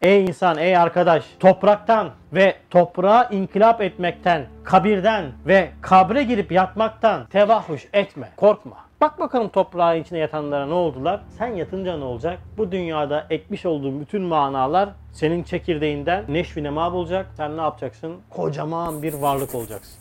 Ey insan, ey arkadaş, topraktan ve toprağa inkılap etmekten, kabirden ve kabre girip yatmaktan tevahhuş etme, korkma. Bak bakalım toprağın içine yatanlara ne oldular? Sen yatınca ne olacak? Bu dünyada ekmiş olduğun bütün manalar senin çekirdeğinden neşvine mab olacak. Sen ne yapacaksın? Kocaman bir varlık olacaksın.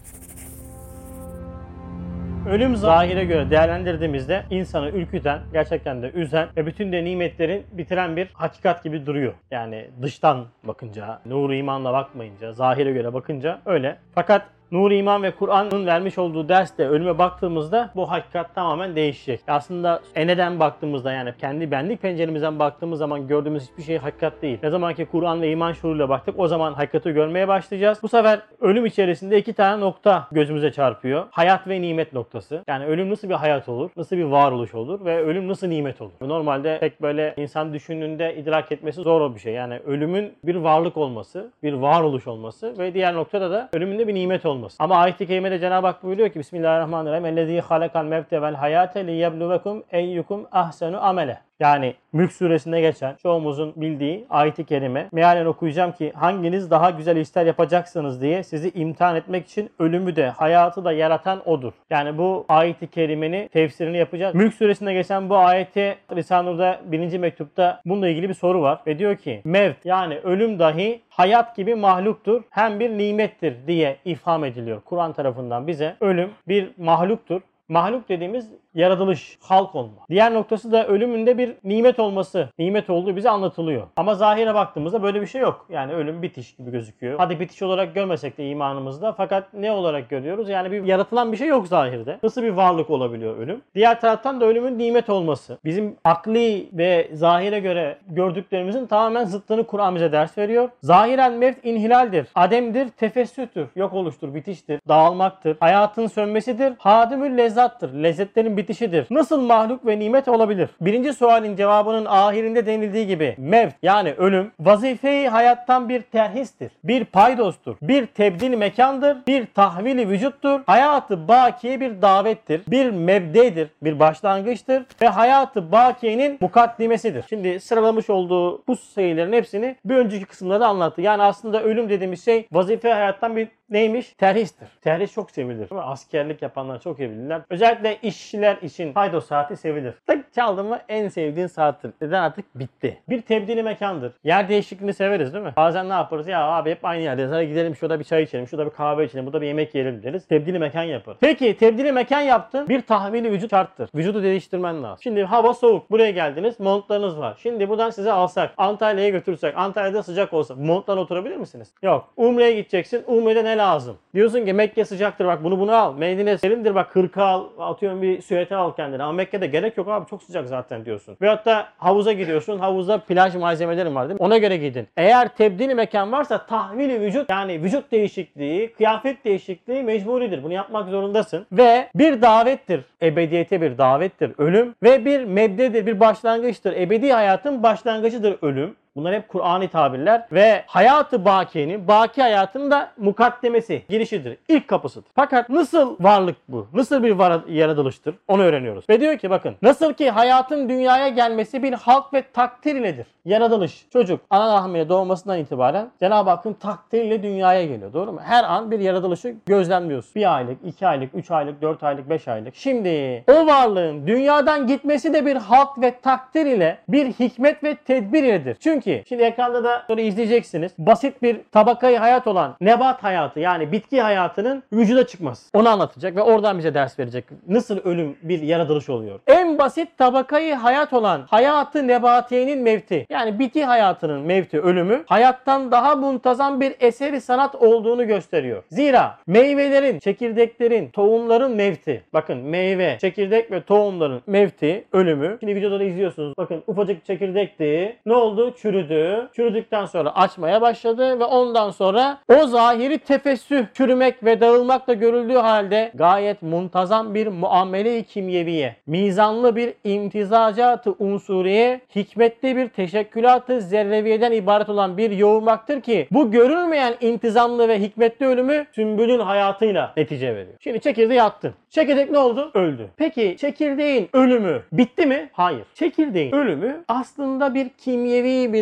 Ölüm zahire göre değerlendirdiğimizde insanı ürküten, gerçekten de üzen ve bütün de nimetlerin bitiren bir hakikat gibi duruyor. Yani dıştan bakınca, nur imanla bakmayınca, zahire göre bakınca öyle. Fakat Nur İman ve Kur'an'ın vermiş olduğu derste ölüme baktığımızda bu hakikat tamamen değişecek. Aslında eneden baktığımızda, yani kendi benlik penceremizden baktığımız zaman gördüğümüz hiçbir şey hakikat değil. Ne zaman ki Kur'an ve iman şuuruyla baktık, o zaman hakikati görmeye başlayacağız. Bu sefer ölüm içerisinde iki tane nokta gözümüze çarpıyor. Hayat ve nimet noktası. Yani ölüm nasıl bir hayat olur? Nasıl bir varoluş olur? Ve ölüm nasıl nimet olur? Normalde pek böyle insan düşündüğünde idrak etmesi zor bir şey. Yani ölümün bir varlık olması, bir varoluş olması ve diğer noktada da ölümün de bir nimet olması. Ama ayet-i kerimede Cenab-ı Hak buyuruyor ki Bismillahirrahmanirrahim. Ellezî halakal mevte vel hayâte liyebluvekum eyyukum ahsenu amele. Yani Mülk suresinde geçen, çoğumuzun bildiği ayet-i kerime. Mealen okuyacağım ki hanginiz daha güzel işler yapacaksınız diye sizi imtihan etmek için ölümü de hayatı da yaratan O'dur. Yani bu ayet-i kerimenin tefsirini yapacağız. Mülk suresinde geçen bu ayeti Risale-i Nur'da 1. mektupta bununla ilgili bir soru var. Ve diyor ki mevt, yani ölüm dahi hayat gibi mahluktur. Hem bir nimettir diye ifham ediliyor Kur'an tarafından bize. Ölüm bir mahluktur. Mahluk dediğimiz yaratılış, halk olma. Diğer noktası da ölümünde bir nimet olması, nimet olduğu bize anlatılıyor. Ama zahire baktığımızda böyle bir şey yok. Yani ölüm bitiş gibi gözüküyor. Hadi bitiş olarak görmesek de imanımızda, fakat ne olarak görüyoruz? Yani bir yaratılan bir şey yok zahirde. Nasıl bir varlık olabiliyor ölüm? Diğer taraftan da ölümün nimet olması. Bizim akli ve zahire göre gördüklerimizin tamamen zıttını Kur'an bize ders veriyor. Zahiren mevt inhilaldir, ademdir, tefessühtür, yok oluştur, bitiştir, dağılmaktır, hayatın sönmesidir, hadimül lezzattır, lezzetlerin bitişidir. Nasıl mahluk ve nimet olabilir? Birinci sualin cevabının ahirinde denildiği gibi mevt, yani ölüm vazife-i hayattan bir terhistir, bir paydostur, bir tebdil mekandır, bir tahvili vücuttur, hayatı bakiye bir davettir, bir mebdedir, bir başlangıçtır ve hayatı bakiyenin mukaddimesidir. Şimdi sıralamış olduğu bu sayıların hepsini bir önceki kısımlarda anlattı. Yani aslında ölüm dediğimiz şey vazife hayattan bir neymiş? Terhistir. Terhis çok sevilir. Askerlik yapanlar çok sevilirler. Özellikle işçiler için paydos saati sevilir. Tık çaldın mı en sevdiğin saattir. Neden artık bitti. Bir tebdili mekandır. Yer değişikliğini severiz değil mi? Bazen ne yaparız? Ya abi hep aynı yerdeyiz. Hadi gidelim şurada bir çay içelim, şurada bir kahve içelim, burada bir yemek yiyelim deriz. Tebdili mekan yaparız. Peki tebdili mekan yaptın. Bir tahvili vücut şarttır. Vücudu değiştirmen lazım. Şimdi hava soğuk. Buraya geldiniz. Montlarınız var. Şimdi buradan size alsak, Antalya'ya götürsek, Antalya'da sıcak olsa monttan oturabilir misiniz? Yok. Umre'ye gideceksin. Umre'de ne lazım? Diyorsun ki Mekke sıcaktır, bak bunu al. Medine serindir, bak hırka al. Atıyorum bir süveter al kendine. Ama Mekke'de gerek yok abi, çok sıcak zaten diyorsun. Veyahut da havuza gidiyorsun. Havuzda plaj malzemelerin var değil mi? Ona göre gidin. Eğer tebdili mekan varsa tahvili vücut, yani vücut değişikliği, kıyafet değişikliği mecburidir. Bunu yapmak zorundasın. Ve bir davettir. Ebediyete bir davettir ölüm. Ve bir mebdedir, bir başlangıçtır. Ebedi hayatın başlangıcıdır ölüm. Bunlar hep Kur'ani tabirler ve hayatı bakiyenin, baki hayatın da mukaddemesi, girişidir, ilk kapısıdır. Fakat nasıl varlık bu? Nasıl bir yaratılıştır? Onu öğreniyoruz. Ve diyor ki bakın, nasıl ki hayatın dünyaya gelmesi bir halk ve takdir iledir. Yaratılış, çocuk ana rahmine doğmasından itibaren Cenab-ı Hakk'ın takdiriyle dünyaya geliyor. Doğru mu? Her an bir yaratılışı gözlemliyorsun. 1 aylık, 2 aylık, 3 aylık, 4 aylık, 5 aylık. Şimdi o varlığın dünyadan gitmesi de bir halk ve takdir ile, bir hikmet ve tedbir iledir. Çünkü şimdi ekranda da sonra izleyeceksiniz. Basit bir tabakayı hayat olan nebat hayatı, yani bitki hayatının vücuda çıkması. Onu anlatacak ve oradan bize ders verecek. Nasıl ölüm bir yaratılış oluyor? En basit tabakayı hayat olan hayatı nebatiyenin mevti, yani bitki hayatının mevti, ölümü hayattan daha muntazam bir eseri sanat olduğunu gösteriyor. Zira meyvelerin, çekirdeklerin, tohumların mevti. Bakın meyve, çekirdek ve tohumların mevti, ölümü. Şimdi videoda da izliyorsunuz. Bakın ufacık çekirdekti. Ne oldu? Çürüdü. Çürüdükten sonra açmaya başladı ve ondan sonra o zahiri tefessüh, çürümek ve dağılmakla görüldüğü halde gayet muntazam bir muamele-i kimyeviye, mizanlı bir imtizacat-ı unsuriye, hikmetli bir teşekkülat-ı zerreviyeden ibaret olan bir yoğurmaktır ki bu görülmeyen intizamlı ve hikmetli ölümü sümbülün hayatıyla netice veriyor. Şimdi çekirdeği attın. Çekirdek ne oldu? Öldü. Peki çekirdeğin ölümü bitti mi? Hayır. Çekirdeğin ölümü aslında bir kimyevi bir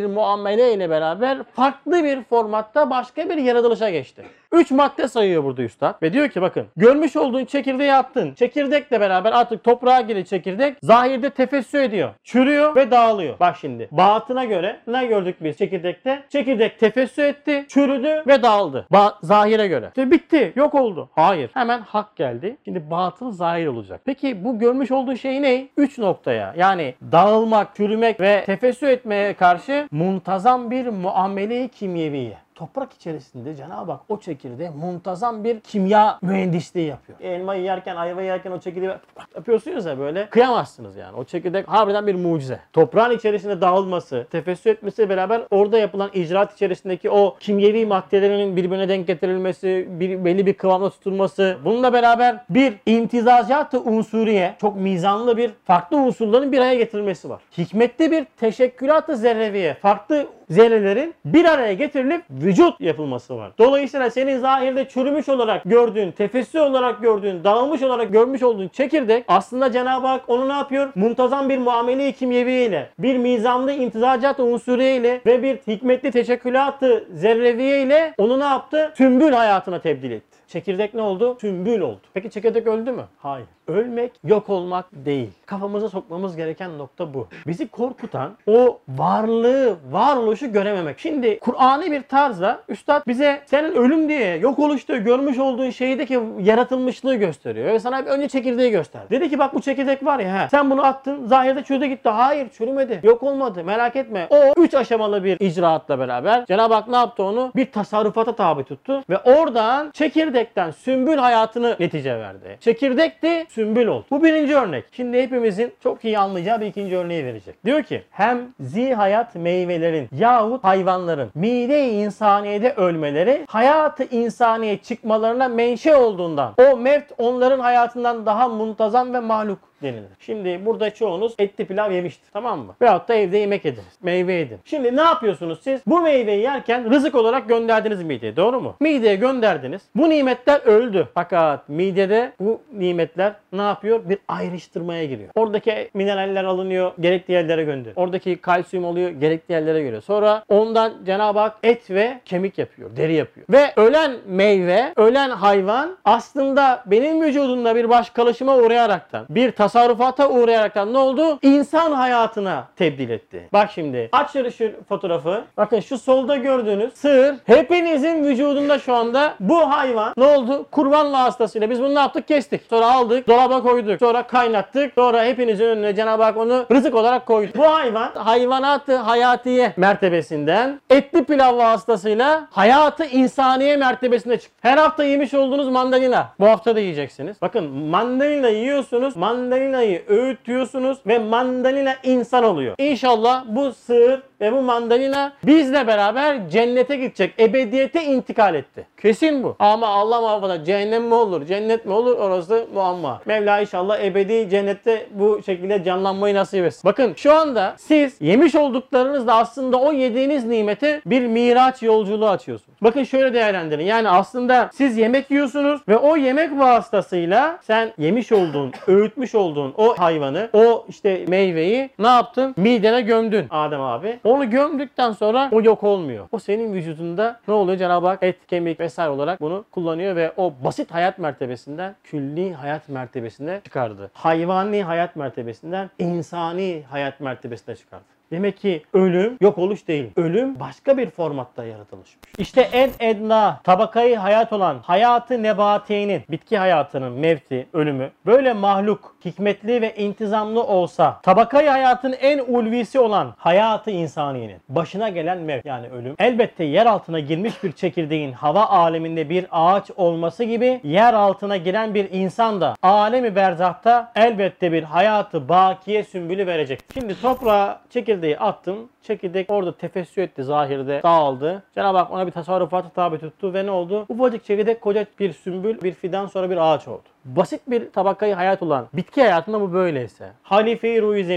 bir muamele ile beraber farklı bir formatta başka bir yaratılışa geçti. 3 madde sayıyor burada üstad ve diyor ki bakın görmüş olduğun çekirdeği attın. Çekirdekle beraber artık toprağa giren çekirdek zahirde tefessü ediyor. Çürüyor ve dağılıyor. Bak şimdi batına göre ne gördük biz çekirdekte? Çekirdek tefessü etti, çürüdü ve dağıldı. Zahire göre. İşte bitti, yok oldu. Hayır. Hemen hak geldi. Şimdi batıl zahir olacak. Peki bu görmüş olduğu şey ne? 3 noktaya yani dağılmak, çürümek ve tefessü etmeye karşı muntazam bir muamele-i kimyeviye. Toprak içerisinde Cenab-ı Hak o çekirdeğe muntazam bir kimya mühendisliği yapıyor. Elmayı yerken, ayvayı yerken o çekirdeği yapıyorsunuz ya böyle kıyamazsınız yani. O çekirdek harbiden bir mucize. Toprağın içerisinde dağılması, tefessü etmesiyle beraber orada yapılan icraat içerisindeki o kimyevi maddelerinin birbirine denk getirilmesi, belli bir kıvamda tutulması, bununla beraber bir imtizacat-ı unsuriye, çok mizanlı bir farklı unsurların bir araya getirilmesi var. Hikmetli bir teşekkülat-ı zerreviye, farklı zerrelerin bir araya getirilip vücut yapılması var. Dolayısıyla senin zahirde çürümüş olarak gördüğün, tefessü olarak gördüğün, dağılmış olarak görmüş olduğun çekirdek aslında Cenab-ı Hak onu ne yapıyor? Muntazam bir muamele-i kimyeviye ile, bir mizanlı imtizacat-ı unsuriye ile ve bir hikmetli teşekkülat-ı zerreviye ile onu ne yaptı? Tümbül hayatına tebdil etti. Çekirdek ne oldu? Tümbül oldu. Peki çekirdek öldü mü? Hayır. Ölmek yok olmak değil. Kafamıza sokmamız gereken nokta bu. Bizi korkutan o varlığı, varoluşu görememek. Şimdi Kur'an'ı bir tarzda üstad bize senin ölüm diye, yok oluş diye görmüş olduğun şeydeki yaratılmışlığı gösteriyor. Ve sana önce çekirdeği gösterdi. Dedi ki bak bu çekirdek var ya, sen bunu attın, zahirde çürüdü gitti. Hayır, çürümedi. Yok olmadı. Merak etme. O 3 aşamalı bir icraatla beraber Cenab-ı Hak ne yaptı onu? Bir tasarrufata tabi tuttu. Ve oradan çekirdekten sümbül hayatını netice verdi. Çekirdekti, sümbül oldu. Bu birinci örnek. Şimdi hepimizin çok iyi anlayacağı bir ikinci örneği verecek. Diyor ki hem zihayat meyvelerin yahut hayvanların mide-i insaniyede ölmeleri hayat-ı insaniye çıkmalarına menşe olduğundan o mevt onların hayatından daha muntazam ve mahluk denilir. Şimdi burada çoğunuz etli pilav yemiştir. Tamam mı? Veyahut da evde yemek ediniz. Meyve yedin. Şimdi ne yapıyorsunuz siz? Bu meyveyi yerken rızık olarak gönderdiniz mideye. Doğru mu? Mideye gönderdiniz. Bu nimetler öldü. Fakat midede bu nimetler ne yapıyor? Bir ayrıştırmaya giriyor. Oradaki mineraller alınıyor. Gerekli yerlere gönderiyor. Oradaki kalsiyum oluyor. Gerekli yerlere geliyor. Sonra ondan Cenab-ı Hak et ve kemik yapıyor. Deri yapıyor. Ve ölen meyve, ölen hayvan aslında benim vücudumda bir baş kalaşıma uğrayaraktan, bir tasarrufata uğrayaraktan ne oldu? İnsan hayatına tebdil etti. Bak şimdi açın şu fotoğrafı. Bakın şu solda gördüğünüz sığır hepinizin vücudunda şu anda bu hayvan ne oldu? Kurban vasıtasıyla biz bunu ne yaptık? Kestik. Sonra aldık, dolaba koyduk. Sonra kaynattık. Sonra hepinizin önüne Cenab-ı Hak onu rızık olarak koydu. Bu hayvan hayvanat-ı hayatiye mertebesinden etli pilav vasıtasıyla hayatı insaniye mertebesine çıktı. Her hafta yemiş olduğunuz mandalina bu hafta da yiyeceksiniz. Bakın mandalina yiyorsunuz. Mandalinayı öğütüyorsunuz ve mandalina insan oluyor. İnşallah bu sığır ve bu mandalina bizle beraber cennete gidecek. Ebediyete intikal etti. Kesin bu. Ama Allah muhafaza cehennem mi olur, cennet mi olur orası muamma. Mevla inşallah ebedi cennette bu şekilde canlanmayı nasip etsin. Bakın şu anda siz yemiş olduklarınızla aslında o yediğiniz nimete bir miraç yolculuğu açıyorsunuz. Bakın şöyle değerlendirin. Yani aslında siz yemek yiyorsunuz ve o yemek vasıtasıyla sen yemiş olduğun, öğütmüş olduğun o hayvanı, o işte meyveyi ne yaptın? Midene gömdün Adem abi. Onu gömdükten sonra o yok olmuyor. O senin vücudunda ne oluyor? Cenab-ı Hak et, kemik vesaire olarak bunu kullanıyor ve o basit hayat mertebesinden külli hayat mertebesine çıkardı. Hayvani hayat mertebesinden insani hayat mertebesine çıkardı. Demek ki ölüm yok oluş değil. Ölüm başka bir formatta yaratılışmış. İşte en edna tabakayı hayat olan hayatı nebatiyenin, bitki hayatının mevti, ölümü böyle mahluk, hikmetli ve intizamlı olsa tabakayı hayatın en ulvisi olan hayatı insaniyenin başına gelen mevt yani ölüm elbette yer altına girmiş bir çekirdeğin hava aleminde bir ağaç olması gibi yer altına giren bir insan da alemi berzahta elbette bir hayatı bakiye sümbülü verecek. Şimdi toprağa çekirdeği attım. Çekirdek orada tefessü etti zahirde, dağıldı. Cenab-ı Hak ona bir tasarrufata tabi tuttu ve ne oldu? Ufacık çekirdek koca bir sümbül, bir fidan sonra bir ağaç oldu. Basit bir tabakayı hayat olan bitki hayatında bu böyleyse. Halife-i ruh-i zemin.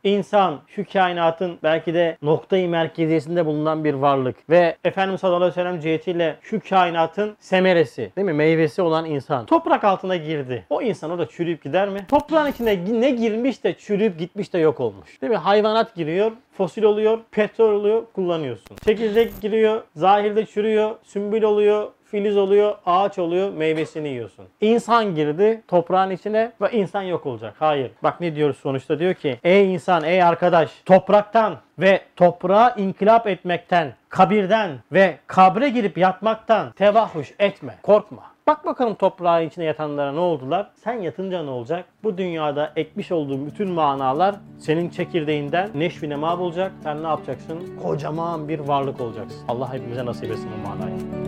İnsan şu kainatın belki de noktayı merkeziyesinde bulunan bir varlık ve Efendimiz sallallahu aleyhi ve sellem cihetiyle şu kainatın semeresi, değil mi? Meyvesi olan insan. Toprak altına girdi. O insan orada çürüyüp gider mi? Toprağın içine ne girmiş de çürüyüp gitmiş de yok olmuş. Değil mi? Hayvanat giriyor, fosil oluyor, petrol oluyor, kullanıyorsun. Çekirdek giriyor, zahirde çürüyor, sümbül oluyor, filiz oluyor, ağaç oluyor, meyvesini yiyorsun. İnsan girdi toprağın içine ve insan yok olacak. Hayır. Bak ne diyoruz sonuçta, diyor ki ey insan, ey arkadaş, topraktan ve toprağa inkılap etmekten, kabirden ve kabre girip yatmaktan tevahhuş etme, korkma. Bak bakalım toprağın içine yatanlara ne oldular? Sen yatınca ne olacak? Bu dünyada ekmiş olduğun bütün manalar senin çekirdeğinden neşvi nema bulacak. Sen ne yapacaksın? Kocaman bir varlık olacaksın. Allah hepimize nasip etsin o manayı.